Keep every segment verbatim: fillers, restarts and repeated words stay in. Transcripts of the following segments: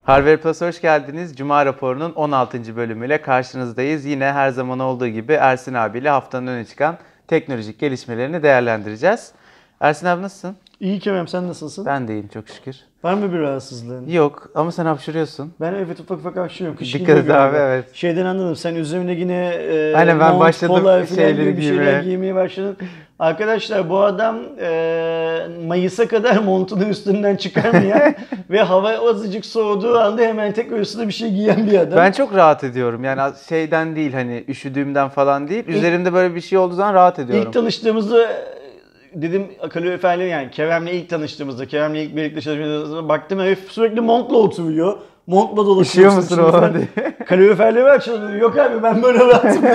Harvard Plus'a hoş geldiniz. Cuma raporunun on altıncı bölümüyle karşınızdayız. Yine her zaman olduğu gibi Ersin abiyle haftanın öne çıkan teknolojik gelişmelerini değerlendireceğiz. Ersin abi nasılsın? İyi Kerem, sen nasılsın? Ben de iyiyim çok şükür. Var mı bir rahatsızlığın? Yok ama sen hapşırıyorsun. Ben evet ufak ufak hapşırıyorum. Kış Dikkat et geliyor abi, galiba. evet. Şeyden anladım, sen üzerine yine e, Aynen, ben mont, başladım polar falan şeyleri gibi bir şeyler giymeye. giymeye başladın. Arkadaşlar bu adam e, Mayıs'a kadar montunu üstünden çıkarmayan ve hava azıcık soğuduğu anda hemen tekrar üstüne bir şey giyen bir adam. Ben çok rahat ediyorum. Yani şeyden değil, hani üşüdüğümden falan değil. Üzerimde böyle bir şey olduğu zaman rahat ediyorum. İlk tanıştığımızda dedim kaloriferli, yani Kerem'le ilk tanıştığımızda, Kerem'le ilk birlikte çalıştığımızda baktım herif sürekli montla oturuyor. Montla dolaşıyor. Üşüyor musun oğlum diye. Kaloriferleri açılıyor. Yok abi ben böyle rahatım.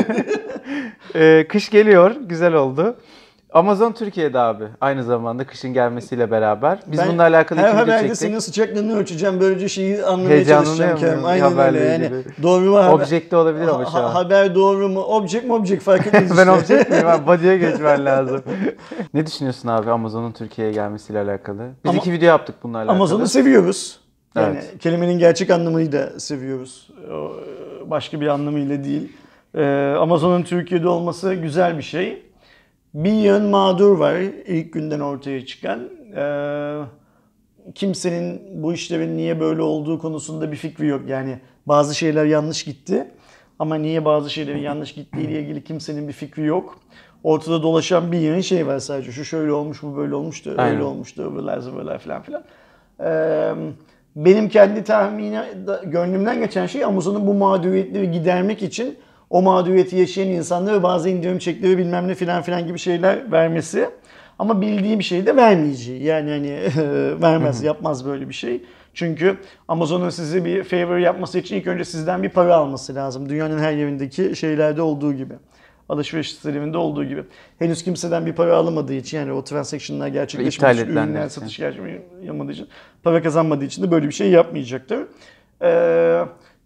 ee, kış geliyor. Güzel oldu. Amazon Türkiye'de abi. Aynı zamanda kışın gelmesiyle beraber. Biz Ben bununla alakalı her iki video haberde çektik. senin sıcaklığını ölçeceğim. Böylece şeyi anlamaya Heyecanlanıyor çalışacağım Kerem. muyum? Aynen Haberle öyle yani. ilgili. Doğru mu haber? Objekte olabilir ama şu an. Ha- haber doğru mu? Object mi object fark etmez Ben işte. objekt miyim abi? Body'ye geçmen lazım. Ne düşünüyorsun abi Amazon'un Türkiye'ye gelmesiyle alakalı? Biz Ama- iki video yaptık bununla alakalı. Amazon'u seviyoruz. Yani Evet. kelimenin gerçek anlamını da seviyoruz. O, başka bir anlamıyla değil. Ee, Amazon'un Türkiye'de olması güzel bir şey. Bir yığın mağdur var ilk günden ortaya çıkan. Ee, kimsenin bu işlerin niye böyle olduğu konusunda bir fikri yok. Yani bazı şeyler yanlış gitti. Ama niye bazı şeylerin yanlış gittiği ile ilgili kimsenin bir fikri yok. Ortada dolaşan bir yığın şey var sadece. Şu şöyle olmuş, bu böyle olmuş da öyle Aynen. olmuş da öbürler zıvırlar falan filan. Ee, benim kendi tahmini, gönlümden geçen şey Amazon'un bu mağduriyetleri gidermek için o mağduriyeti yaşayan insanlara bazı indirim çekleri bilmem ne filan filan gibi şeyler vermesi. Ama bildiğim şeyi de vermeyeceği. Yani hani vermez, yapmaz böyle bir şey. Çünkü Amazon'un size bir favor yapması için ilk önce sizden bir para alması lazım. Dünyanın her yerindeki şeylerde olduğu gibi. Alışveriş sisteminde olduğu gibi. Henüz kimseden bir para alamadığı için, yani o transaction'lar gerçekleşmediği için, ürünler satış gerçekleşmediği için, para kazanmadığı için de böyle bir şey yapmayacaktır. Ee,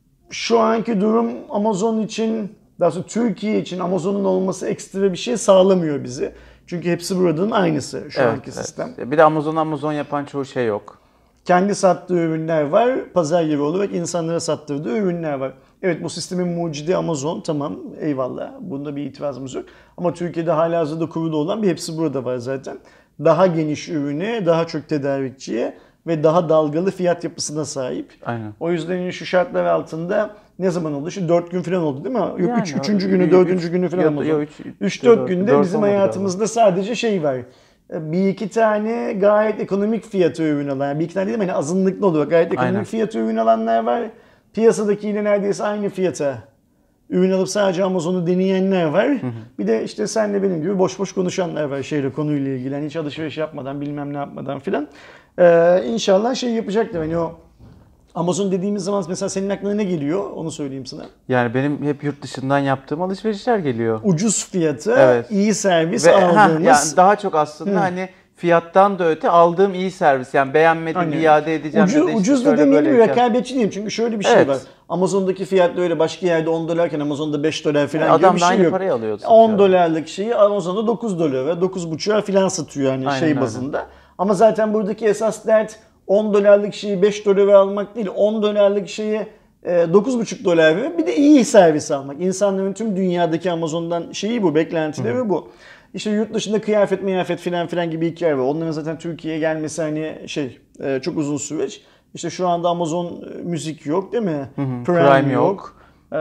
şu anki durum Amazon için, daha sonra Türkiye için Amazon'un olması ekstra bir şey sağlamıyor bize. Çünkü hepsi buradanın aynısı şu Evet, anki evet. sistem. Bir de Amazon Amazon yapan çoğu şey yok. Kendi sattığı ürünler var, pazar yeri olarak insanlara sattırdığı ürünler var. Evet, bu sistemin mucidi Amazon, tamam, eyvallah, bunda bir itirazımız yok. Ama Türkiye'de halihazırda kurulu olan bir hepsi burada var zaten. Daha geniş ürüne, daha çok tedarikçiye ve daha dalgalı fiyat yapısına sahip. Aynen. O yüzden şu şartlar altında ne zaman oldu? Şu dört gün falan oldu değil mi? Yok Yani üç, üçüncü o- günü, üç- dördüncü günü falan ya- Amazon. ya üç- üç dört dört- günde dört bizim olmadı hayatımızda sadece şey var. Bir iki tane gayet ekonomik fiyatı ürün alan, yani bir iki tane değil mi? Yani azınlıklı oluyor. Gayet ekonomik Aynen. fiyatı ürün alanlar var. Piyasadakiyle neredeyse aynı fiyata ürün alıp sadece Amazon'u deneyenler var. Hı hı. Bir de işte senle benim gibi boş boş konuşanlar var şeyle, konuyla ilgili. Yani hiç alışveriş yapmadan, bilmem ne yapmadan filan. Ee, İnşallah şey yapacaktır. Hani o Amazon dediğimiz zaman mesela senin aklına ne geliyor? Onu söyleyeyim sana. Yani benim hep yurt dışından yaptığım alışverişler geliyor. Ucuz fiyatı, Evet. iyi servis Ve aldığımız. heh, yani daha çok aslında Hı. hani fiyattan da öte aldığım iyi servis. Yani beğenmedim, Hani iade edeceğim. Ucuz, ya da işte ucuz da şöyle demeyelim, böyle rekabetçi diyeyim. Çünkü şöyle bir şey Evet. var. Amazon'daki fiyat da öyle başka yerde on dolarken Amazon'da beş dolar falan Yani gibi adam bir da şey aynı yok. parayı alıyor, on satıyor. dolarlık şeyi Amazon'da dokuz dolara, dokuz buçuğa falan satıyor yani Aynen şey öyle. bazında. Ama zaten buradaki esas dert on dolarlık şeyi beş dolara almak değil. on dolarlık şeyi dokuz buçuk dolar verip bir de iyi servis almak. İnsanların tüm dünyadaki Amazon'dan şeyi bu, beklentileri Hı-hı. bu. İşte yurt dışında kıyafet, miyafet filan filan gibi hikaye var. Onların zaten Türkiye'ye gelmesi hani şey çok uzun süreç. İşte şu anda Amazon müzik yok değil mi? Hı hı. Prime, Prime yok. yok.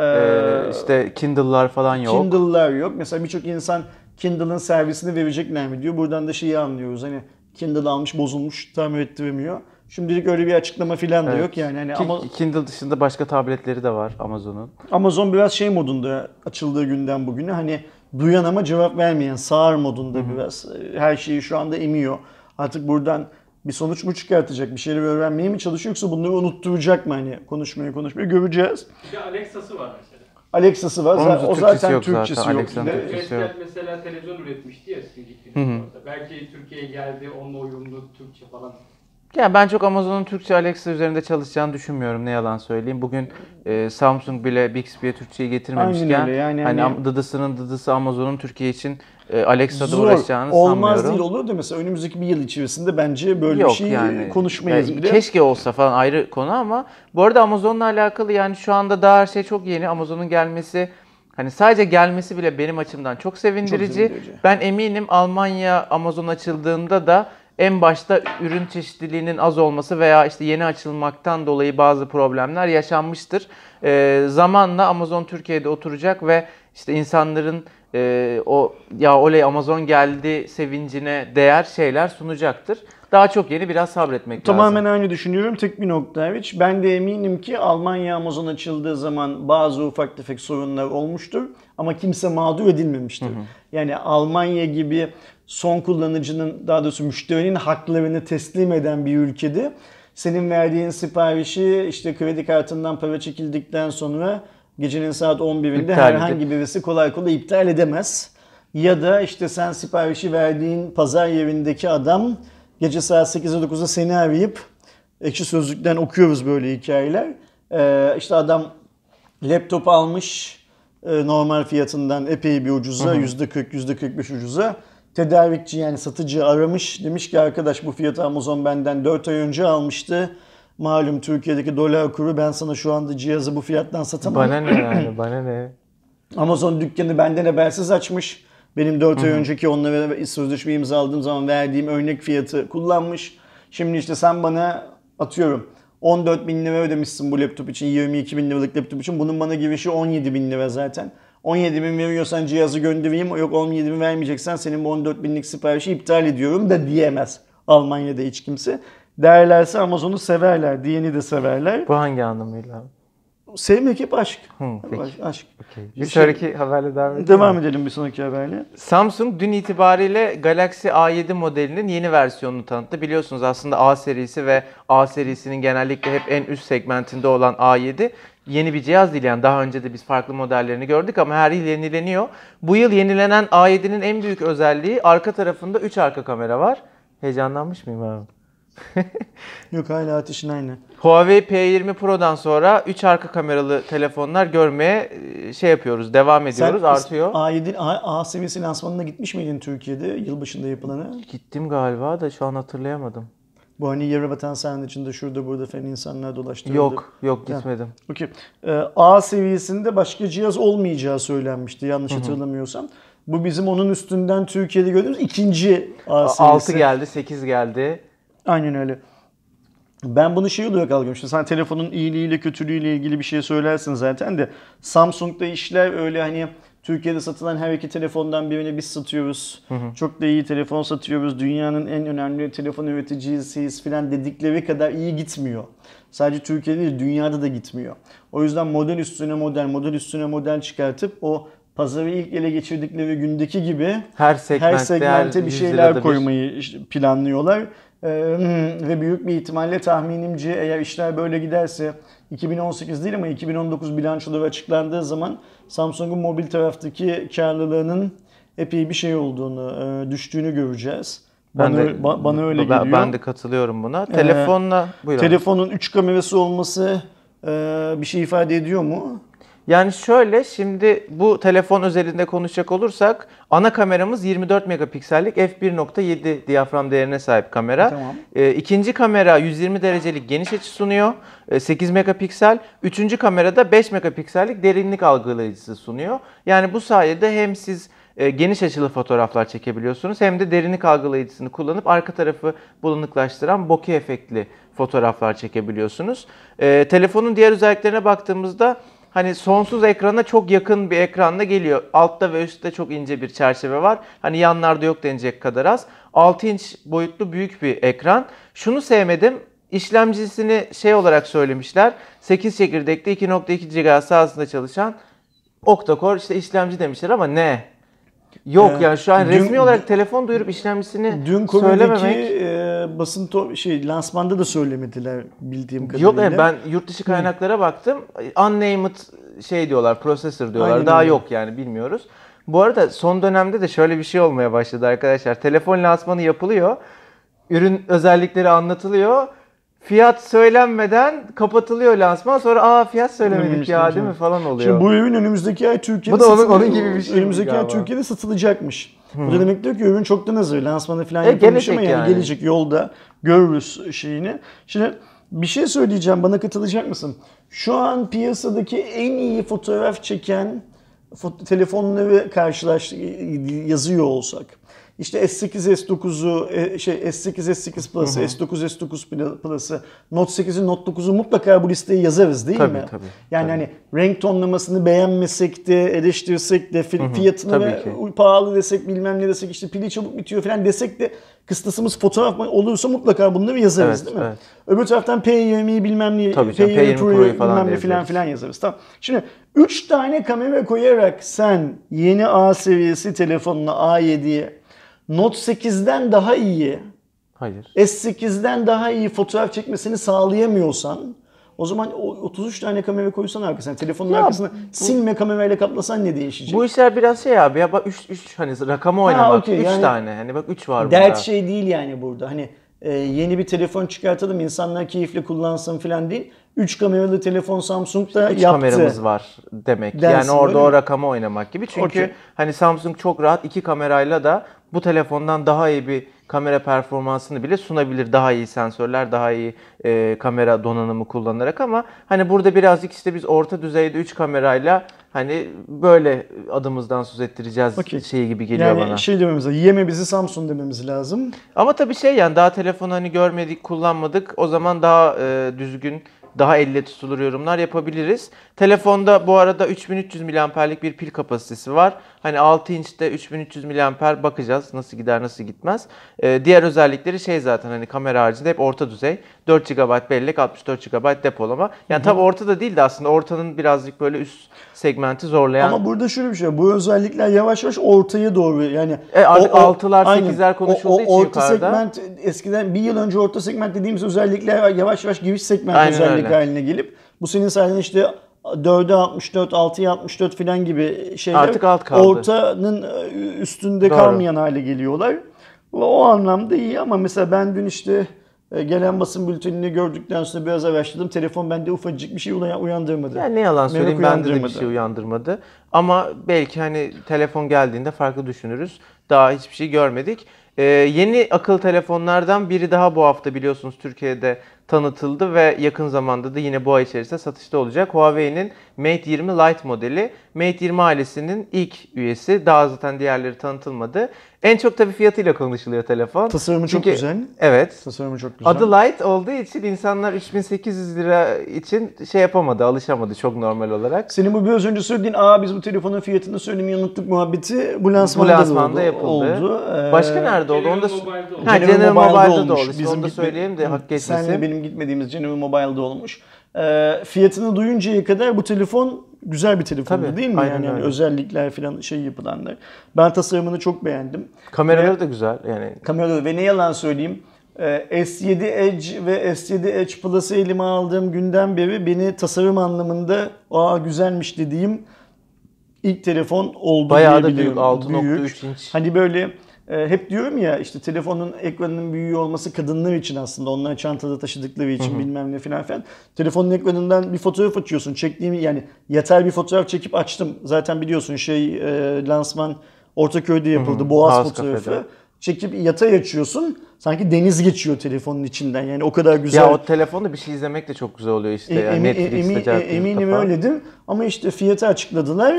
Ee, işte Kindle'lar falan yok. Kindle'lar yok. Mesela birçok insan Kindle'ın servisini verecekler mi diyor. Buradan da şeyi anlıyoruz. Hani Kindle almış, bozulmuş, tamir ettiremiyor. Şimdilik öyle bir açıklama filan da Evet. yok yani. Hani Ki, ama Kindle dışında başka tabletleri de var Amazon'un. Amazon biraz şey modunda açıldığı günden bugüne, hani duyan ama cevap vermeyen, sağır modunda Hı-hı. biraz. Her şeyi şu anda emiyor. Artık buradan bir sonuç mu çıkartacak, bir şeyleri öğrenmeye mi çalışıyor, yoksa bunları unutturacak mı, hani konuşmayı konuşmayı göreceğiz. Bir de Alexa'sı var mesela. Alexa'sı var. Onun o Türkçesi zaten yok Türkçesi zaten. yok. Alexa'nın Bir de- Türkçesi yok. Red Cat mesela televizyon üretmişti ya sizin gittiğinizde orada. Belki Türkiye'ye geldi, onunla uyumlu Türkçe falan. Ya ben çok Amazon'un Türkçe Alexa üzerinde çalışacağını düşünmüyorum, ne yalan söyleyeyim. Bugün e, Samsung bile Bixby'ye Türkçeyi getirmemişken Aynen öyle, yani hani hani- dıdısının dıdısı Amazon'un Türkiye için e, Alexa'da Zor. uğraşacağını Olmaz sanmıyorum. değil, olur da mesela önümüzdeki bir yıl içerisinde bence böyle Yok bir şey yani. konuşmayız Ya, bile. keşke olsa falan, ayrı konu ama bu arada Amazon'la alakalı yani şu anda daha her şey çok yeni. Amazon'un gelmesi, hani sadece gelmesi bile benim açımdan çok sevindirici. Çok sevindirici. Ben eminim Almanya Amazon açıldığında da en başta ürün çeşitliliğinin az olması veya işte yeni açılmaktan dolayı bazı problemler yaşanmıştır. Ee, zamanla Amazon Türkiye'de oturacak ve işte insanların e, o ya oley Amazon geldi sevincine değer şeyler sunacaktır. Daha çok yeni, biraz sabretmek Tamamen lazım. aynı düşünüyorum. Tek bir nokta hariç. Ben de eminim ki Almanya Amazon açıldığı zaman bazı ufak tefek sorunlar olmuştur. Ama kimse mağdur edilmemiştir. Hı hı. Yani Almanya gibi son kullanıcının, daha doğrusu müşterinin haklarını teslim eden bir ülkede senin verdiğin siparişi işte kredi kartından para çekildikten sonra gecenin saat on birinde İptal herhangi edip. birisi kolay kolay iptal edemez. Ya da işte sen siparişi verdiğin pazar yerindeki adam gece saat sekize dokuzda seni arayıp, Ekşi Sözlük'ten okuyoruz böyle hikayeler. Ee, işte adam laptop almış e, normal fiyatından epey bir ucuza, yüzde kırk yüzde kırk beş ucuza. Tedarikçi yani satıcı aramış. Demiş ki arkadaş bu fiyatı Amazon benden dört ay önce almıştı. Malum Türkiye'deki dolar kuru, ben sana şu anda cihazı bu fiyattan satamam. Bana ne yani, bana ne? Amazon dükkanı benden habersiz açmış. Benim dört ay önceki onlara sözleşme imzaladığım zaman verdiğim örnek fiyatı kullanmış. Şimdi işte sen bana atıyorum on dört bin lira ödemişsin bu laptop için, yirmi iki bin liralık laptop için. Bunun bana girişi on yedi bin lira zaten. on yedi bin veriyorsan cihazı göndereyim, yok on yedi bin vermeyeceksen senin bu on dört binlik siparişi iptal ediyorum da diyemez. Almanya'da hiç kimse. Derlerse Amazon'u severler, diyeni de severler. Bu hangi anlamıyla? Sevmek hep aşk. Hı, peki. Aşk. aşk. Okay. Bir Bir sonraki şey- haberle devam edelim. Devam edelim bir sonraki haberle. Samsung dün itibariyle Galaxy A yedi modelinin yeni versiyonunu tanıttı. Biliyorsunuz aslında A serisi ve A serisinin genellikle hep en üst segmentinde olan A yedi yeni bir cihaz değil. Yani daha önce de biz farklı modellerini gördük ama her yıl yenileniyor. Bu yıl yenilenen A yedinin en büyük özelliği arka tarafında üç arka kamera var. Heyecanlanmış mıyım abi? Yok, hala ateşin aynı. Huawei P yirmi Pro'dan sonra üç arka kameralı telefonlar görmeye e, şey yapıyoruz, devam ediyoruz, artıyor. A yedi A, A seviyesi lansmanına gitmiş miydin Türkiye'de yılbaşında yapılanı? Gittim galiba da şu an hatırlayamadım. Bu hani yere batan sahanın içinde şurada burada falan insanlar dolaştırıldı. Yok, yok gitmedim. Okey. Ee, A seviyesinde başka cihaz olmayacağı söylenmişti yanlış hatırlamıyorsam. Bu bizim onun üstünden Türkiye'de gördüğümüz ikinci A seviyesi. altı geldi, sekiz geldi. Aynen öyle. Ben bunu şey olarak algılamıştım. Sen telefonun iyiliğiyle kötülüğüyle ilgili bir şey söylersin zaten de. Samsung'da işler öyle hani Türkiye'de satılan her iki telefondan birini biz satıyoruz. Hı hı. Çok da iyi telefon satıyoruz. Dünyanın en önemli telefon üreticisiyiz falan dedikleri kadar iyi gitmiyor. Sadece Türkiye'de değil, dünyada da gitmiyor. O yüzden model üstüne model, model üstüne model çıkartıp o pazarı ilk ele geçirdikleri gündeki gibi Her segmentte, her segmente her bir yüz şeyler lirada bir- koymayı işte planlıyorlar. Ee, ve büyük bir ihtimalle tahminimce eğer işler böyle giderse iki bin on sekiz değil ama iki bin on dokuz bilançoları açıklandığı zaman Samsung'un mobil taraftaki karlılığının epey bir şey olduğunu, e, düştüğünü göreceğiz. Ben Bana, de ba- bana öyle ben, geliyor. ben de katılıyorum buna. Telefonla buyurun. Telefonun üç kamerası olması e, bir şey ifade ediyor mu? Yani şöyle, şimdi bu telefon özelinde konuşacak olursak ana kameramız yirmi dört megapiksellik f bir nokta yedi diyafram değerine sahip kamera. Tamam. E, ikinci kamera yüz yirmi derecelik geniş açı sunuyor. E, sekiz megapiksel. Üçüncü kamerada beş megapiksellik derinlik algılayıcısı sunuyor. Yani bu sayede hem siz e, geniş açılı fotoğraflar çekebiliyorsunuz hem de derinlik algılayıcısını kullanıp arka tarafı bulanıklaştıran bokeh efektli fotoğraflar çekebiliyorsunuz. E, telefonun diğer özelliklerine baktığımızda hani sonsuz ekrana çok yakın bir ekranla geliyor. Altta ve üstte çok ince bir çerçeve var. Hani yanlarda yok denecek kadar az. altı inç boyutlu büyük bir ekran. Şunu sevmedim. İşlemcisini şey olarak söylemişler. sekiz çekirdekli iki nokta iki gigahertz hızında çalışan octa-core işte işlemci demişler ama ne? Yok Ee, yani şu an dün- resmi olarak telefon duyurup işlemcisini Dün Kore'deki söylememek. e, basın to- şey lansmanda da söylemediler bildiğim kadarıyla. Yok, e, ben yurt dışı kaynaklara baktım. Unnamed şey diyorlar, processor diyorlar. Aynen Daha öyle. yok yani, bilmiyoruz. Bu arada son dönemde de şöyle bir şey olmaya başladı arkadaşlar. Telefon lansmanı yapılıyor. Ürün özellikleri anlatılıyor. Fiyat söylenmeden kapatılıyor lansman. Sonra aa fiyat söylemedik Söylememiştim ya canım. değil mi falan oluyor. Şimdi bu ürün önümüzdeki ay Türkiye'de Bu da onun- satılı- onun gibi bir şey önümüzdeki ay galiba. Türkiye'de satılacakmış. Bu da demek diyor ki ürün çoktan hazır. Lansmanı falan E, yapılmış ama gelecek yani, yani. gelecek yolda görürüz şeyini. Şimdi bir şey söyleyeceğim. Bana katılacak mısın? Şu an piyasadaki en iyi fotoğraf çeken fo- telefonları karşılaş yazıyor olsak. İşte S sekiz, S dokuzu, e, şey S sekiz, S sekiz Plus'ı, S dokuz, S dokuz Plus'ı, Note sekizi, Note dokuzu mutlaka bu listeye yazarız değil Tabii, mi? tabii, Yani tabii. hani renk tonlamasını beğenmesek de, eleştirsek de, fi- fiyatını tabii ve ki. pahalı desek, bilmem ne desek, işte pili çabuk bitiyor falan desek de kıstasımız fotoğraf olursa mutlaka bunları yazarız Evet, değil mi? evet. Öbür taraftan P yirmiyi bilmem ne, Tabii P canım, yirmi P yirmi Pro'yu Pro'yu falan bilmem da ne filan yazarız. filan yazarız. Tamam. Şimdi üç tane kamera koyarak sen yeni A seviyesi telefonuna A yediye Note sekizden daha iyi, Hayır. S sekizden daha iyi fotoğraf çekmesini sağlayamıyorsan o zaman o otuz üç tane kamera koysan arkasına, telefonun Ya arkasına silme kamerayla kaplasan ne değişecek? Bu işler biraz şey abi ya bak üç üç hani rakamı oynamak okey, üç yani tane hani bak üç var Dert burada. şey değil yani burada. Hani e, yeni bir telefon çıkartalım, insanlar keyifle kullansın falan değil. üç kameralı telefon Samsung'da üç yaptı. kameramız var demek. Dersin, yani orada öyle o mi? rakamı oynamak gibi. Çünkü Okey. hani Samsung çok rahat iki kamerayla da bu telefondan daha iyi bir kamera performansını bile sunabilir. Daha iyi sensörler, daha iyi e, kamera donanımı kullanarak ama hani burada birazcık işte biz orta düzeyde üç kamerayla hani böyle adımızdan söz ettireceğiz Okey. şeyi gibi geliyor Yani bana. şey dememiz lazım, yeme bizi Samsung dememiz lazım. Ama tabii şey yani daha telefonu hani görmedik, kullanmadık. O zaman daha e, düzgün, daha elle tutulur yorumlar yapabiliriz. Telefonda bu arada üç bin üç yüz miliamperlik bir pil kapasitesi var. Hani altı inçte üç bin üç yüz miliamper bakacağız nasıl gider nasıl gitmez. E, diğer özellikleri şey zaten hani kamera haricinde hep orta düzey. dört gigabayt bellek, altmış dört gigabayt depolama. Yani tabii ortada değil de aslında ortanın birazcık böyle üst segmenti zorlayan. Ama burada şöyle bir şey var. Bu özellikler yavaş yavaş ortaya doğru yani. E, artık altılar, aynen. sekizler konuşulduğu O- o için orta yukarıda. segment eskiden bir yıl önce orta segment dediğimiz özellikler yavaş yavaş giriş segment Aynen özellik öyle. haline gelip bu senin sayende işte dörde altmış dört, altıya altmış dört falan gibi şeyler Artık alt kaldı. ortanın üstünde Doğru. kalmayan hale geliyorlar. O anlamda iyi ama mesela ben dün işte e, gelen basın bültenini gördükten sonra biraz araştırdım. Telefon bende ufacık bir şey uyan- uyandırmadı. Yani ne yalan Merak söyleyeyim bende de bir uyandırmadı. şey uyandırmadı. Ama belki hani telefon geldiğinde farklı düşünürüz. Daha hiçbir şey görmedik. Ee, yeni akıllı telefonlardan biri daha bu hafta biliyorsunuz Türkiye'de tanıtıldı ve yakın zamanda da yine bu ay içerisinde satışta olacak. Huawei'nin Mate yirmi Lite modeli. Mate yirmi ailesinin ilk üyesi. Daha zaten diğerleri tanıtılmadı. En çok tabii fiyatıyla konuşuluyor telefon. Tasarımı çok Çünkü- güzel. Evet. Tasarımı çok güzel. Adı Lite olduğu için insanlar üç bin sekiz yüz lira için şey yapamadı, alışamadı çok normal olarak. Senin bu biraz önce söylediğin aa biz bu telefonun fiyatını söylemeyi unuttuk muhabbeti bu Bu lansmanda, lansmanda da yapıldı. oldu. Ee, Başka nerede oldu? Onu da General Mobile'de oldu. Ha, General General Mobile'da Mobile'da da olmuş. oldu. İşte Bizim onu da gitme- söyleyeyim de hak geçmesin. Senle benim gitmediğimiz General Mobile'da olmuş. Ee, fiyatını duyuncaya kadar bu telefon güzel bir telefondu Tabii, değil mi? aynen Yani, yani öyle. özellikler falan şey yapılanlar. Ben tasarımını çok beğendim. Kameraları da güzel yani. Kamerada ve ne yalan söyleyeyim e, S yedi Edge ve S yedi Edge Plus'ı elime aldığım günden beri beni tasarım anlamında aa güzelmiş dediğim ilk telefon oldu Bayağı da diyebilirim. büyük, altı nokta Büyük. üç inç. Hani böyle e, hep diyorum ya işte telefonun ekranının büyüğü olması kadınlar için aslında. Onlar çantada taşıdıkları için bilmem ne filan filan. Telefonun ekranından bir fotoğraf açıyorsun. Çektiğim yani yeter bir fotoğraf çekip açtım. Zaten biliyorsun şey e, lansman Ortaköy'de yapıldı. Boğaz House fotoğrafı. Cafe'de. Çekip yatay açıyorsun. Sanki deniz geçiyor telefonun içinden. Yani o kadar güzel. Ya o telefonda bir şey izlemek de çok güzel oluyor işte. E, yani emi- Netflix'te, emi- Cartoon'da e, eminim falan. öyledir. Ama işte fiyatı açıkladılar.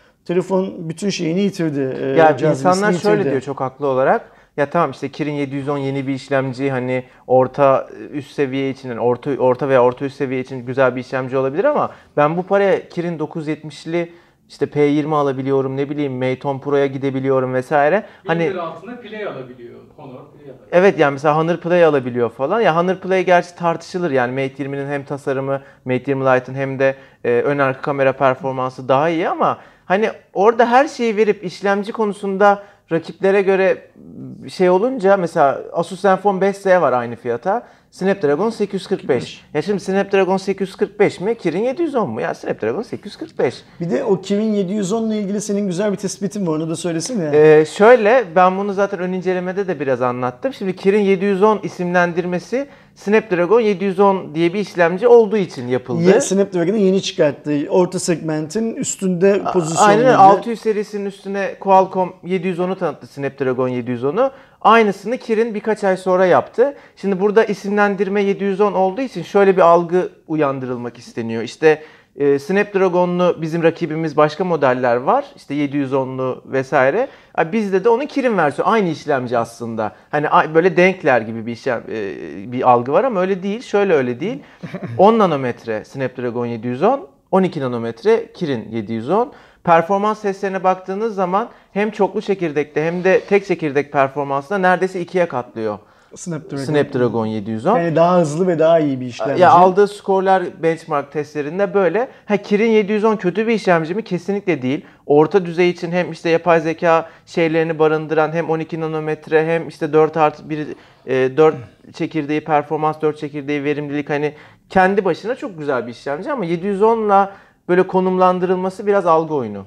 Telefon bütün şeyini yitirdi. e, Ya cazibesini insanlar şöyle yitirdi. diyor çok haklı olarak. Ya tamam işte Kirin yedi yüz on yeni bir işlemci hani orta üst seviye için yani orta orta veya orta üst seviye için güzel bir işlemci olabilir ama ben bu paraya Kirin dokuz yüz yetmişli işte P yirmi alabiliyorum ne bileyim Mate on Pro'ya gidebiliyorum vesaire. Hani Hani altında Play alabiliyor. Honor Play alabiliyor. evet yani mesela Honor Play alabiliyor falan. Ya Honor Play gerçi tartışılır yani Mate yirminin hem tasarımı, Mate yirmi Lite'ın hem de e, ön arka kamera performansı daha iyi ama hani orada her şeyi verip işlemci konusunda rakiplere göre şey olunca mesela Asus Zenfone beş Z var aynı fiyata. Snapdragon sekiz yüz kırk beş. Ya şimdi Snapdragon sekiz yüz kırk beş mi? Kirin yedi yüz on mu? Ya Snapdragon sekiz yüz kırk beş. Bir de o Kirin yedi yüz on ile ilgili senin güzel bir tespitin var. Onu da söylesene. Ee, şöyle ben bunu zaten ön incelemede de biraz anlattım. Şimdi Kirin yedi yüz on isimlendirmesi Snapdragon yedi yüz on diye bir işlemci olduğu için yapıldı. Ye, Snapdragon'ın yeni çıkarttığı orta segmentin üstünde pozisyonlu. Aynen, altı yüz serisinin üstüne Qualcomm yedi yüz onu tanıttı, Snapdragon yedi yüz onu. Aynısını Kirin birkaç ay sonra yaptı. Şimdi burada isimlendirme yedi yüz on olduğu için şöyle bir algı uyandırılmak isteniyor. İşte e, Snapdragon'lu bizim rakibimiz başka modeller var. İşte yedi yüz onlu vesaire. Yani bizde de onun Kirin versiyonu. Aynı işlemci aslında. Hani böyle denkler gibi bir işlem, e, bir algı var ama öyle değil. Şöyle öyle değil. on nanometre Snapdragon yedi yüz on, on iki nanometre Kirin yedi yüz on. Performans testlerine baktığınız zaman hem çoklu çekirdekte hem de tek çekirdek performansında neredeyse ikiye katlıyor Snapdragon. Snapdragon yedi yüz on. Yani daha hızlı ve daha iyi bir işlemci. Ya aldığı skorlar benchmark testlerinde böyle. Ha, Kirin yedi yüz on kötü bir işlemci mi? Kesinlikle değil. Orta düzey için hem işte yapay zeka şeylerini barındıran hem on iki nanometre hem işte dört artı bir e, dört çekirdeği performans, dört çekirdeği verimlilik, hani kendi başına çok güzel bir işlemci ama yedi yüz onla böyle konumlandırılması biraz algı oyunu.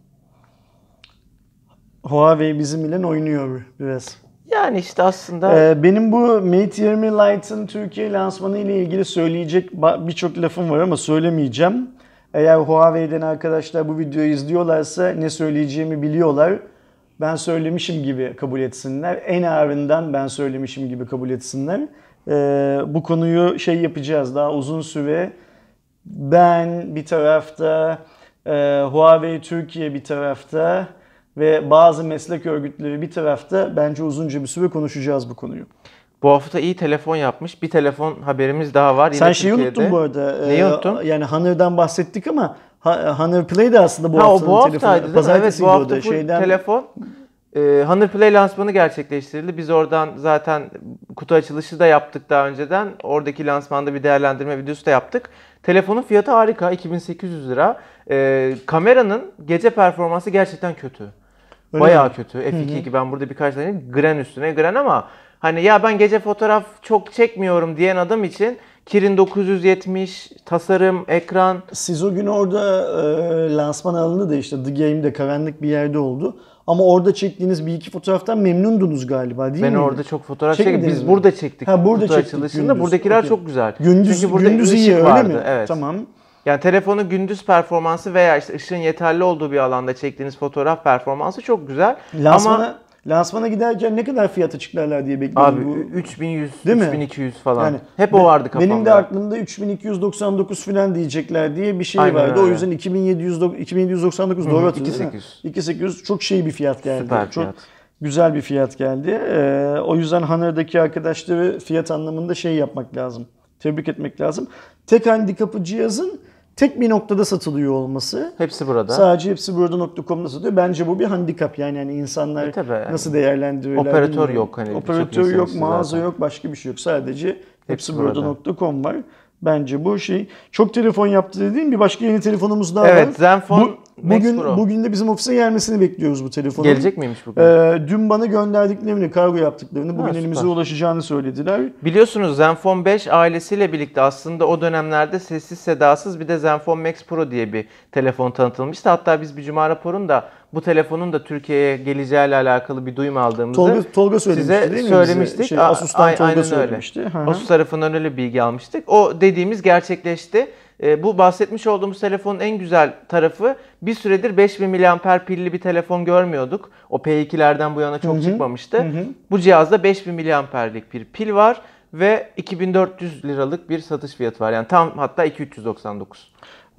Huawei bizimle oynuyor biraz. Yani işte aslında Ee, benim bu Mate yirmi Lite'ın Türkiye lansmanı ile ilgili söyleyecek birçok lafım var ama söylemeyeceğim. Eğer Huawei'den arkadaşlar bu videoyu izliyorlarsa ne söyleyeceğimi biliyorlar. Ben söylemişim gibi kabul etsinler. En ağırından ben söylemişim gibi kabul etsinler. Ee, bu konuyu şey yapacağız daha uzun süre. Ben bir tarafta, e, Huawei Türkiye bir tarafta ve bazı meslek örgütleri bir tarafta bence uzunca bir süre konuşacağız bu konuyu. bu hafta iyi telefon yapmış. Bir telefon haberimiz daha var. Yine Sen şeyi Türkiye'de. unuttun bu arada. Neyi Ee, unuttum? Yani Honor'dan bahsettik ama Honor Play de aslında bu Ha, o haftanın bu haftaydı telefonu. değil mi? Evet, Pazartesiydi bu o hafta da. full Şeyden... telefon. Ee, Honor Play lansmanı gerçekleştirildi. Biz oradan zaten kutu açılışı da yaptık daha önceden. Oradaki lansmanda bir değerlendirme videosu da yaptık. Telefonun fiyatı harika. iki bin sekiz yüz lira. Ee, kameranın gece performansı gerçekten kötü. Öyle Bayağı mi? kötü. F iki iki ben burada birkaç tane gren üstüne gren ama hani ya ben gece fotoğraf çok çekmiyorum diyen adam için Kirin dokuz yüz yetmiş, tasarım, ekran. Siz o gün orada e, lansman alanı da işte The Game'de karanlık bir yerde oldu. Ama orada çektiğiniz bir iki fotoğraftan memnundunuz galiba değil Ben mi? orada çok fotoğraf çektim. Çekmediniz Biz mi? burada çektik. Ha, burada kutu çektik açılışında. gündüz. Buradakiler Okey. çok güzel. Gündüz, Çünkü burada gündüz ışık iyi öyle vardı. mi? Evet. Tamam. Yani telefonun gündüz performansı veya işte ışığın yeterli olduğu bir alanda çektiğiniz fotoğraf performansı çok güzel. Lansmana, Ama lansmana giderken ne kadar fiyat açıklarlar diye bekliyorum. abi bu. üç bin yüz, Değil mi? üç bin iki yüz falan. Yani Hep o vardı kafamda. Benim de aklımda üç bin iki yüz doksan dokuz falan diyecekler diye bir şey Aynen vardı. öyle. O yüzden iki bin yedi yüz, iki bin yedi yüz doksan dokuz doğru hatırlıyorum. iki bin sekiz yüz. iki bin sekiz yüz çok şey bir fiyat geldi. Süper çok fiyat. güzel bir fiyat geldi. Ee, o yüzden Honor'daki arkadaşları fiyat anlamında şey yapmak lazım. Tebrik etmek lazım. Tek handikapı cihazın tek bir noktada satılıyor olması. Hepsi burada. Sadece hepsi burada nokta com'da satılıyor. Bence bu bir handikap yani, yani insanlar E tabii yani. nasıl değerlendirirler Operatör bilmiyorum. yok hani birçok Operatör insan yok, için mağaza zaten. yok, başka bir şey yok. Sadece hepsi Hepsi burada burada. nokta com var. Bence bu şey. Çok telefon yaptı dediğim bir başka yeni telefonumuz daha var. Evet, Zenfone Max bugün, Pro. Bugün de bizim ofise gelmesini bekliyoruz bu telefonun. Gelecek miymiş bugün? Ee, dün bana gönderdiklerini, kargo yaptıklarını, bugün Ha, elimize süper. ulaşacağını söylediler. Biliyorsunuz Zenfone beş ailesiyle birlikte aslında o dönemlerde sessiz sedasız bir de Zenfone Max Pro diye bir telefon tanıtılmıştı. Hatta biz bir Cuma raporunda bu telefonun da Türkiye'ye geleceğiyle alakalı bir duyum aldığımızı Tolga, Tolga söylemişti size değil mi? söylemiştik. Bize? Şey, A- Asus'tan a- Tolga aynen söylemişti. öyle. Hı hı. Asus tarafından öyle bilgi almıştık. O dediğimiz gerçekleşti. E, bu bahsetmiş olduğumuz telefonun en güzel tarafı bir süredir beş bin miliamper pilli bir telefon görmüyorduk. O P ikilerden bu yana çok Hı hı. çıkmamıştı. Hı hı. Bu cihazda beş bin miliamperlik bir pil var ve iki bin dört yüz liralık bir satış fiyatı var. Yani tam hatta iki bin üç yüz doksan dokuz.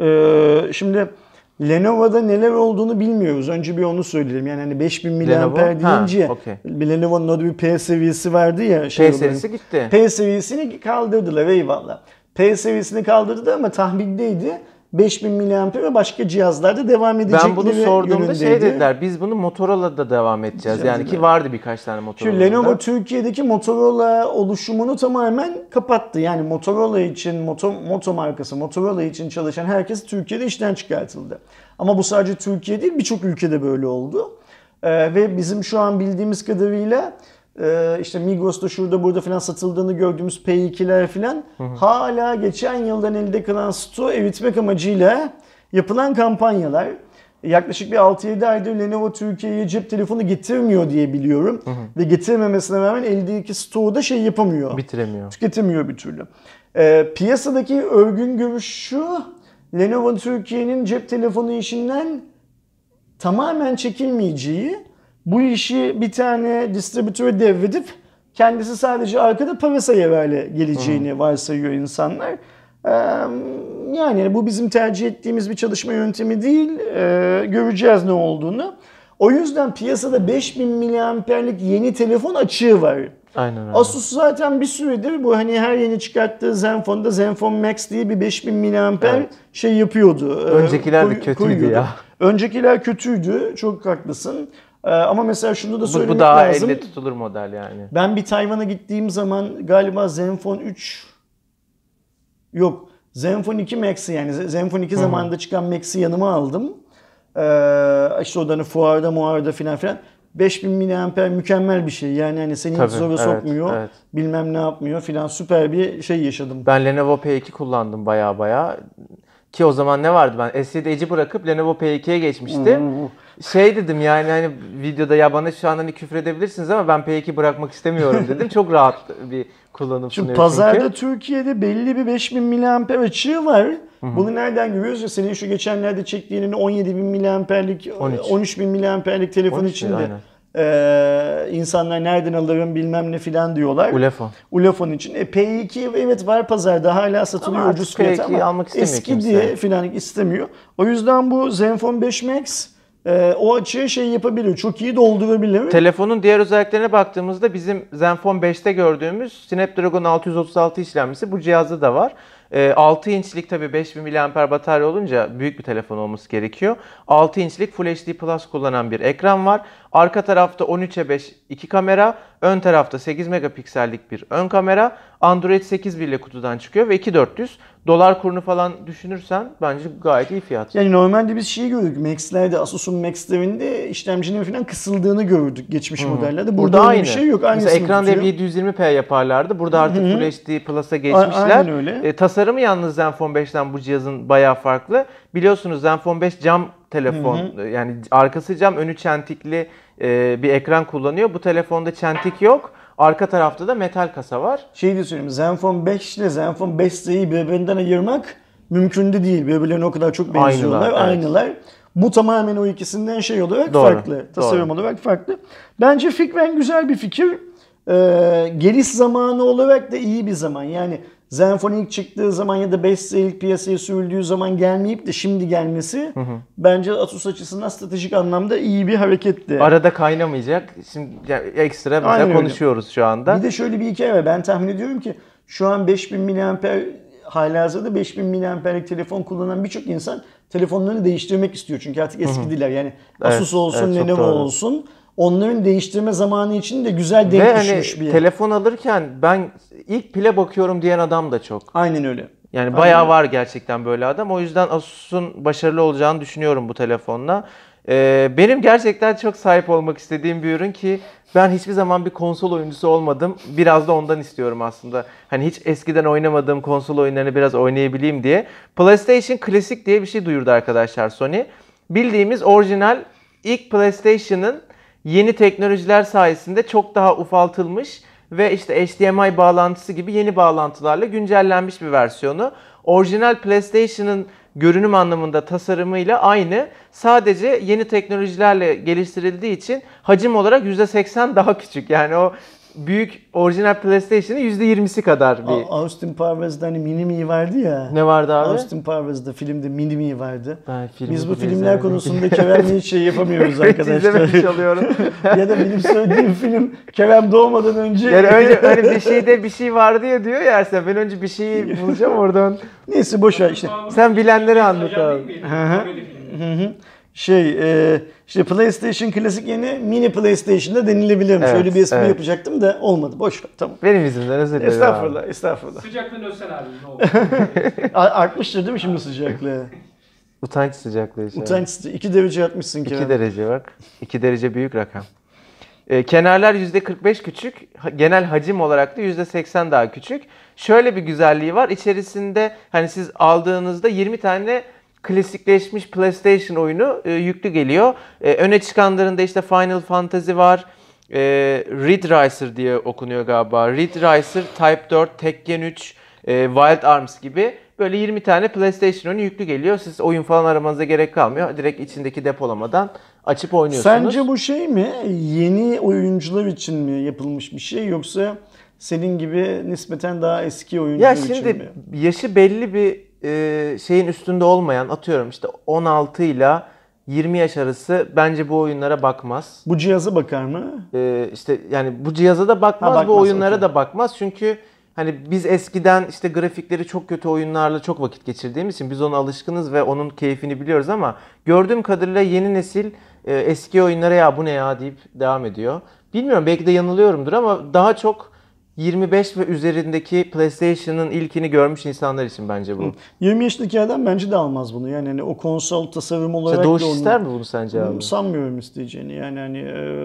Ee, şimdi Lenovo'da neler olduğunu bilmiyoruz. Önce bir onu söyleyelim. Yani hani beş bin miliamper Lenovo? Ha, deyince okey. bir Lenovo'nun orada bir P seviyesi vardı ya. Şey P olarak. serisi gitti. P seviyesini kaldırdılar eyvallah. P seviyesini kaldırdı ama tahmindeydi. beş bin miliamper ve başka cihazlarda devam edecekleri Ben bunu sorduğumda şey yönündeydi. dediler, biz bunu Motorola'da devam edeceğiz. Güzel, Yani güzel. ki vardı birkaç tane Motorola'da. Şimdi Lenovo Türkiye'deki Motorola oluşumunu tamamen kapattı. Yani Motorola için, Moto, Moto markası Motorola için çalışan herkes Türkiye'de işten çıkartıldı. Ama bu sadece Türkiye değil, birçok ülkede böyle oldu. Ee, ve bizim şu an bildiğimiz kadarıyla e, işte Migros'ta şurada burada falan satıldığını gördüğümüz P ikiler falan hala geçen yıldan elde kalan stoğu eritmek amacıyla yapılan kampanyalar. yaklaşık bir altı yedi aydır Lenovo Türkiye'ye cep telefonu getirmiyor diye biliyorum. Hı hı. Ve getirmemesine rağmen eldeki stoğda şey yapamıyor. Bitiremiyor. Tüketemiyor bir türlü. Ee, piyasadaki örgün görüş şu, Lenovo Türkiye'nin cep telefonu işinden tamamen çekilmeyeceği, bu işi bir tane distribütöre devredip kendisi sadece arkada para sayarıyla geleceğini hmm. varsayıyor insanlar. Ee, yani bu bizim tercih ettiğimiz bir çalışma yöntemi değil. Ee, göreceğiz ne olduğunu. O yüzden piyasada beş bin miliamperlik yeni telefon açığı var. Aynen öyle. Asus zaten bir süredir bu hani her yeni çıkarttığı Zenfone'da Zenfone Max diye bir beş bin miliamper evet. şey yapıyordu. Öncekiler de kötüydü koyuyordu. ya. Öncekiler kötüydü. Çok haklısın. Ama mesela şunu da söylemek bu, bu daha lazım. elle tutulur model yani. Ben bir Tayvan'a gittiğim zaman galiba Zenfone üç yok Zenfone iki Max'i yani Zenfone iki Hı-hı. zamanında çıkan Max'i yanıma aldım. Ee, işte o da hani fuarda muarda filan filan. beş bin miliamper mükemmel bir şey. Yani hani seni hiç zora evet, sokmuyor. Evet. Bilmem ne yapmıyor filan. Süper bir şey yaşadım. Ben Lenovo P iki kullandım baya baya. Ki o zaman ne vardı, ben S D Edge'i bırakıp Lenovo P iki'ye geçmiştim. Hmm. Şey dedim yani hani videoda ya bana şu an hani küfür edebilirsiniz ama ben P iki bırakmak istemiyorum dedim. Çok rahat bir kullanım sunuyor çünkü. Pazarda Türkiye'de belli bir beş bin miliamper açığı var. Hı-hı. Bunu nereden görüyoruz? Senin şu geçenlerde çektiğinin on yedi bin miliamperlik, on üç bin miliamperlik telefon içinde. Ee, insanlar nereden alırım bilmem ne filan diyorlar. Ulefone. Ulefone için. E, P iki evet var pazarda hala satılıyor ama ucuz fiyata ama almak eski diye filan istemiyor. O yüzden bu Zenfone beş Max e, o açığı şey yapabilir. Çok iyi doldurabilir. Telefonun diğer özelliklerine baktığımızda bizim Zenfone beşte gördüğümüz Snapdragon altı yüz otuz altı işlemcisi bu cihazda da var. altı inçlik tabii beş bin miliamper batarya olunca büyük bir telefon olması gerekiyor. altı inçlik Full H D Plus kullanan bir ekran var. Arka tarafta on üçe beş iki kamera, ön tarafta sekiz megapiksellik bir ön kamera. Android sekiz ile kutudan çıkıyor ve iki bin dört yüz. Dolar kurunu falan düşünürsen bence gayet iyi fiyat. Yani normalde biz şeyi gördük. Max'lerde, Asus'un Max'lerinde işlemcinin falan kısıldığını gördük geçmiş Hı-hı. modellerde. Burada, Burada aynı bir şey yok. Mesela ekran devi yedi yüz yirmi p yaparlardı. Burada artık Hı-hı. Full H D Plus'a geçmişler. Aynen öyle. E, tasarımı yalnız Zenfone beşten bu cihazın bayağı farklı. Biliyorsunuz Zenfone beş cam telefon. Hı-hı. Yani arkası cam, önü çentikli e, bir ekran kullanıyor. Bu telefonda çentik yok. Arka tarafta da metal kasa var. Şey de söyleyeyim, Zenfone beş ile Zenfone beş Z'yi birbirinden ayırmak mümkün de değil. Birbirlerine o kadar çok benziyorlar. Aynılar. Evet. Aynılar. Bu tamamen o ikisinden şey olarak Doğru. farklı. Tasarım Doğru. olarak farklı. Bence fikren güzel bir fikir. Ee, geliş zamanı olarak da iyi bir zaman. Yani Zenfone ilk çıktığı zaman ya da beş Z ilk piyasaya sürüldüğü zaman gelmeyip de şimdi gelmesi hı hı. bence Asus açısından stratejik anlamda iyi bir hareketti. Arada kaynamayacak. Şimdi yani ekstra mesela konuşuyoruz şu anda. Bir de şöyle bir hikaye var. Ben tahmin ediyorum ki şu an beş bin miliamper halihazırda beş bin miliamperlik telefon kullanan birçok insan telefonlarını değiştirmek istiyor. Çünkü artık eskidiler. Yani Asus evet, olsun, evet, Lenovo olsun. Onların değiştirme zamanı için de güzel denk Ve düşmüş hani bir yer. Telefon alırken ben ilk pile bakıyorum diyen adam da çok. Aynen öyle. Yani Aynen bayağı öyle. var gerçekten böyle adam. O yüzden Asus'un başarılı olacağını düşünüyorum bu telefonla. Ee, benim gerçekten çok sahip olmak istediğim bir ürün ki ben hiçbir zaman bir konsol oyuncusu olmadım. Biraz da ondan istiyorum aslında. Hani hiç eskiden oynamadığım konsol oyunlarını biraz oynayabileyim diye. PlayStation Classic diye bir şey duyurdu arkadaşlar Sony. Bildiğimiz orijinal ilk PlayStation'ın yeni teknolojiler sayesinde çok daha ufaltılmış ve işte H D M I bağlantısı gibi yeni bağlantılarla güncellenmiş bir versiyonu. Orijinal PlayStation'ın görünüm anlamında tasarımıyla aynı. Sadece yeni teknolojilerle geliştirildiği için hacim olarak yüzde seksen daha küçük. Yani o büyük orijinal PlayStation'ın yüzde yirmisi kadar bir. Austin Powers'da hani Mini-Me vardı ya. Ne vardı abi? Austin Powers'da filmde Mini-Me vardı. Ben Biz bu filmler konusunda Kerem'le hiç şey yapamıyoruz arkadaşlar. İzlememiş oluyorum. Ya da benim söylediğim film Kerem doğmadan önce. Yani önce öyle bir şeyde bir şey vardı ya diyor ya Ersen. Ben önce bir şeyi bulacağım oradan. Neyse boş ver işte. Sen bilenleri anlat abi. Hı hı. Şey, e, işte PlayStation Classic yeni mini PlayStation'da denilebilirmiş. Evet, Öyle bir espri evet. yapacaktım da olmadı. Boş ver, tamam. Benim yüzümden özür dilerim. Estağfurullah, estağfurullah. Sıcaklığını ölsen abi ne olur. Artmıştır değil mi şimdi sıcaklığı? Utanç sıcaklığı. Şey. Utanç sıcaklığı. iki derece artmışsın Kerem. iki derece bak. iki derece büyük rakam. Ee, kenarlar yüzde kırk beş küçük. Genel hacim olarak da yüzde seksen daha küçük. Şöyle bir güzelliği var. İçerisinde hani siz aldığınızda yirmi tane klasikleşmiş PlayStation oyunu e, yüklü geliyor. E, öne çıkanlarında işte Final Fantasy var. E, Ridge Racer diye okunuyor galiba. Ridge Racer, Type dört, Tekken üç, e, Wild Arms gibi böyle yirmi tane PlayStation oyunu yüklü geliyor. Siz oyun falan aramanıza gerek kalmıyor. Direkt içindeki depolamadan açıp oynuyorsunuz. Sence bu şey mi? Yeni oyuncular için mi yapılmış bir şey yoksa senin gibi nispeten daha eski oyuncular Ya için mi? şimdi yaşı belli bir e, şeyin üstünde olmayan, atıyorum işte on altı ile yirmi yaş arası bence bu oyunlara bakmaz. Bu cihaza bakar mı? E, işte yani bu cihaza da bakmaz, Ha, bakmaz, bu oyunlara okey. da bakmaz. Çünkü hani biz eskiden işte grafikleri çok kötü oyunlarla çok vakit geçirdiğimiz için biz ona alışkınız ve onun keyfini biliyoruz ama gördüğüm kadarıyla yeni nesil e, eski oyunlara ya bu ne ya deyip devam ediyor. Bilmiyorum, belki de yanılıyorumdur ama daha çok yirmi beş ve üzerindeki PlayStation'ın ilkini görmüş insanlar için bence bu. yirmi yaşındaki adam bence de almaz bunu. Yani hani o konsol tasarım olarak İşte Doğuş da onu- ister mi bunu sence abi? Sanmıyorum isteyeceğini. Yani hani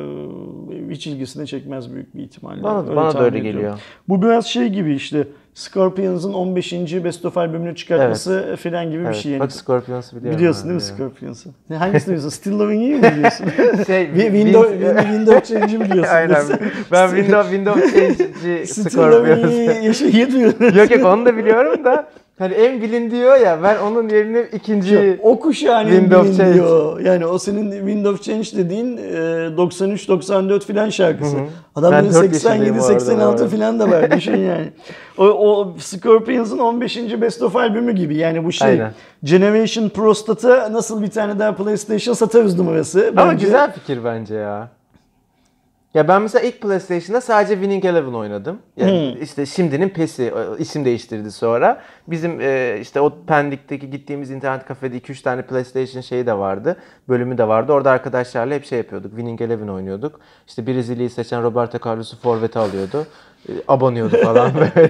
e, hiç ilgisini çekmez büyük bir ihtimalle. Bana, bana da tahmin öyle ediyorum. geliyor. Bu biraz şey gibi işte Scorpions'ın on beşinci Best of albümünü çıkartması falan gibi bir Evet, şey. Yani. bak Scorpions'u biliyorum. Biliyorsun değil mi abi ya. Scorpions'ı? Ne, hangisini biliyorsun? Still Loving You mu biliyorsun? Şey, Wi- Windows, Win- Windows Change'i biliyorsun. Aynen. Ben Windows Windows Change'ci Still Loving Scorpions. You yaşayı duyuyorum. Yok yok, onu da biliyorum da hani en bilin diyor ya, ben onun yerine ikinci O kuşağın Windows Windows diyor. Yani o senin Windows Change dediğin e, doksan üç doksan dört filan şarkısı. Hı hı. Adamların Ben dört seksen yaşındayım yedi bu arada, seksen altı evet. filan da var. Düşün yani. O, o Scorpions'ın on beşinci Best of albümü gibi. Yani bu şey Aynen. Generation Prostat'a nasıl bir tane daha PlayStation satarız numarası. Ama Bence- güzel fikir bence ya. Ya ben mesela ilk PlayStation'da sadece Winning Eleven oynadım. Yani Hmm. işte şimdinin PES'i e, isim değiştirdi sonra. Bizim e, işte o Pendik'teki gittiğimiz internet kafede iki üç tane PlayStation şeyi de vardı. Bölümü de vardı. Orada arkadaşlarla hep şey yapıyorduk. Winning Eleven oynuyorduk. İşte Brezilya'yı seçen Roberto Carlos'u forvete alıyordu. E, abanıyordu falan böyle.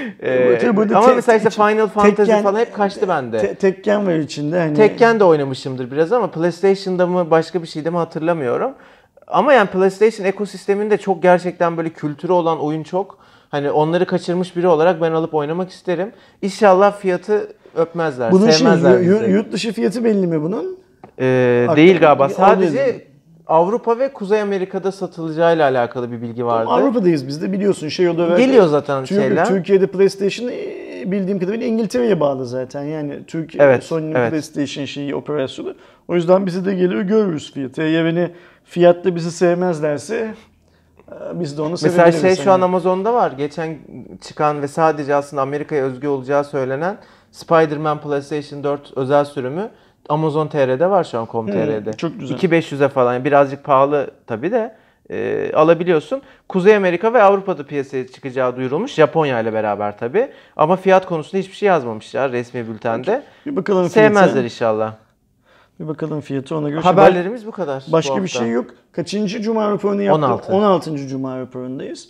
E, Tabii burada ama te- mesela işte Final Fantasy Tekken- falan hep kaçtı bende. Te- Tekken var içinde. Hani... Tekken de oynamışımdır biraz ama PlayStation'da mı başka bir şeyde mi hatırlamıyorum. Ama yani PlayStation ekosisteminde çok gerçekten böyle kültürü olan oyun çok. Hani onları kaçırmış biri olarak ben alıp oynamak isterim. İnşallah fiyatı öpmezler, Bunun şey, sevmezler yu- bizi. yurt dışı fiyatı belli mi bunun? Ee, Hakikaten değil galiba. o Sadece değil. Avrupa ve Kuzey Amerika'da satılacağıyla alakalı bir bilgi vardı. Avrupa'dayız biz de biliyorsun şey o da Geliyor zaten Türk- şeyler. Türkiye'de PlayStation e, bildiğim kadarıyla İngiltere'ye bağlı zaten. Yani Türkiye Evet, Sony'nin evet. PlayStation şeyi operasyonu. O yüzden bize de geliyor görürüz fiyatı. Eğer beni fiyatta bizi sevmezlerse e, biz de onu Mesela sevebiliriz. şey şu an Hani. Amazon'da var. Geçen çıkan ve sadece aslında Amerika'ya özgü olacağı söylenen Spider-Man PlayStation dört özel sürümü Amazon T R'de var şu an com nokta tr'de. Hmm, çok güzel. iki bin beş yüze falan, yani birazcık pahalı tabii de e, alabiliyorsun. Kuzey Amerika ve Avrupa'da piyasaya çıkacağı duyurulmuş. Japonya ile beraber tabii. Ama fiyat konusunda hiçbir şey yazmamışlar resmi bültende. Bir bakalım fiyatı. Sevmezler inşallah. Bir bakalım fiyatı ona göre. Haberlerimiz bu kadar. bu Başka bir hafta. şey yok. Kaçıncı Cuma raporunu yaptık? on altı. on altıncı Cuma raporundayız.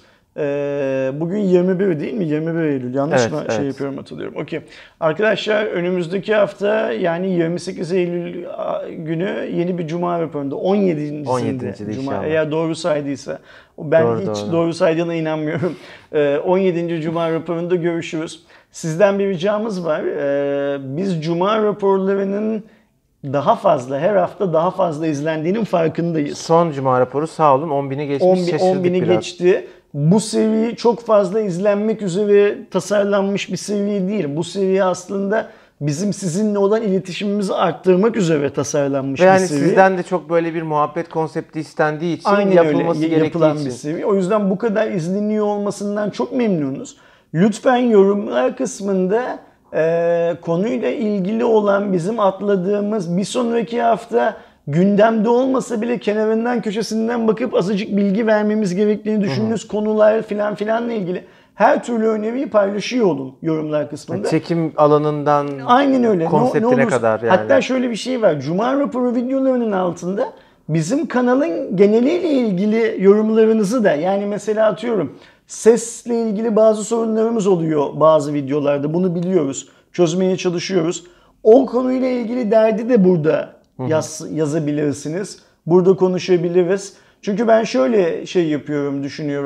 Ee, bugün yirmi bir değil mi? yirmi bir Eylül. Yanlış Evet, mı şey evet. yapıyorum hatırlıyorum. Okey. Arkadaşlar önümüzdeki hafta yani yirmi sekiz Eylül günü yeni bir Cuma raporunda on yedincisinde on yedincide Cuma inşallah. eğer doğru saydıysa. Ben Doğru, hiç doğru. doğru saydığına inanmıyorum. Ee, on yedinci Cuma raporunda görüşürüz. Sizden bir ricamız var. Ee, biz Cuma raporlarının daha fazla, her hafta daha fazla izlendiğinin farkındayız. Son Cuma raporu sağ olun on bini geçmiş, on bin- şaşırdık on bini biraz. geçti. Bu seviye çok fazla izlenmek üzere tasarlanmış bir seviye değil. Bu seviye aslında bizim sizinle olan iletişimimizi arttırmak üzere tasarlanmış Ve bir yani seviye. sizden de çok böyle bir muhabbet konsepti istendiği için Aynen yapılması öyle gerektiği yapılan için. bir seviye. O yüzden bu kadar izleniyor olmasından çok memnunuz. Lütfen yorumlar kısmında e, konuyla ilgili olan bizim atladığımız bir sonraki hafta gündemde olmasa bile kenarından köşesinden bakıp azıcık bilgi vermemiz gerektiğini düşündüğünüz konular filan filanla ilgili her türlü öneriyi paylaşıyor olun yorumlar kısmında. Çekim alanından Aynen öyle. konseptine Ne- ne olursa- kadar yani. Hatta şöyle bir şey var. Cuma raporu videolarının altında bizim kanalın geneliyle ilgili yorumlarınızı da, yani mesela atıyorum sesle ilgili bazı sorunlarımız oluyor bazı videolarda. Bunu biliyoruz. Çözmeye çalışıyoruz. O konuyla ilgili derdi de burada yaz, yazabilirsiniz. Burada konuşabiliriz. Çünkü ben şöyle şey yapıyorum, düşünüyorum.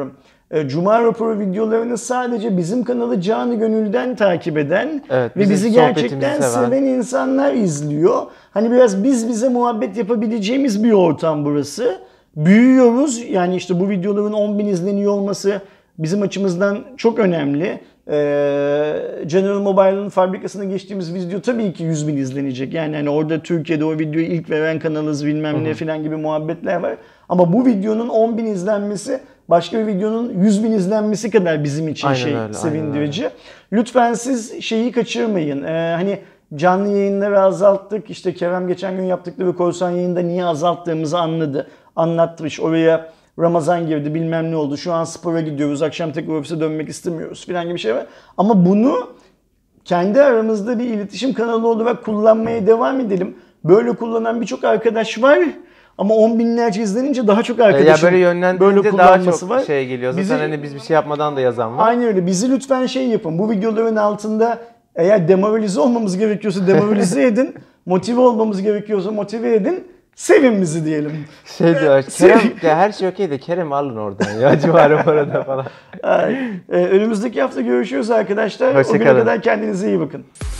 E, Cuma raporu videolarını sadece bizim kanalı canı gönülden takip eden Evet, ve bizim bizi sohbetimizi gerçekten seven. seven insanlar izliyor. Hani biraz biz bize muhabbet yapabileceğimiz bir ortam burası. Büyüyoruz. Yani işte bu videoların on bin izleniyor olması bizim açımızdan çok önemli. Ee, General Mobile'ın fabrikasına geçtiğimiz video tabii ki yüz bin izlenecek. Yani hani orada Türkiye'de o videoyu ilk veren kanalız bilmem ne falan gibi muhabbetler var. Ama bu videonun on bin izlenmesi başka bir videonun yüz bin izlenmesi kadar bizim için Aynen şey öyle, sevindirici. Lütfen siz şeyi kaçırmayın. Ee, hani canlı yayınları azalttık. İşte Kerem geçen gün yaptıkları korsan yayında niye azalttığımızı anladı. Anlatmış. Oraya Ramazan girdi bilmem ne oldu. Şu an spora gidiyoruz. Akşam tekrar ofise dönmek istemiyoruz falan gibi bir şey var. Ama bunu kendi aramızda bir iletişim kanalı olarak kullanmaya devam edelim. Böyle kullanan birçok arkadaş var. Ama on binlerce izlenince daha çok arkadaşın Ya böyle yönlendirince daha çok var. şey geliyor. Zaten Bizi- hani biz bir şey yapmadan da yazan var. Aynen öyle. Bizi lütfen şey yapın. Bu videoların altında eğer demoralize olmamız gerekiyorsa demoralize edin. Motive olmamız gerekiyorsa motive edin. Sevin bizi diyelim. Şey diyor, Kerem ya her şey okey de Kerem alın oradan ya civarı orada falan. Ay, e, önümüzdeki hafta görüşürüz arkadaşlar. Hoşça O güne kalın. kadar kendinize iyi bakın.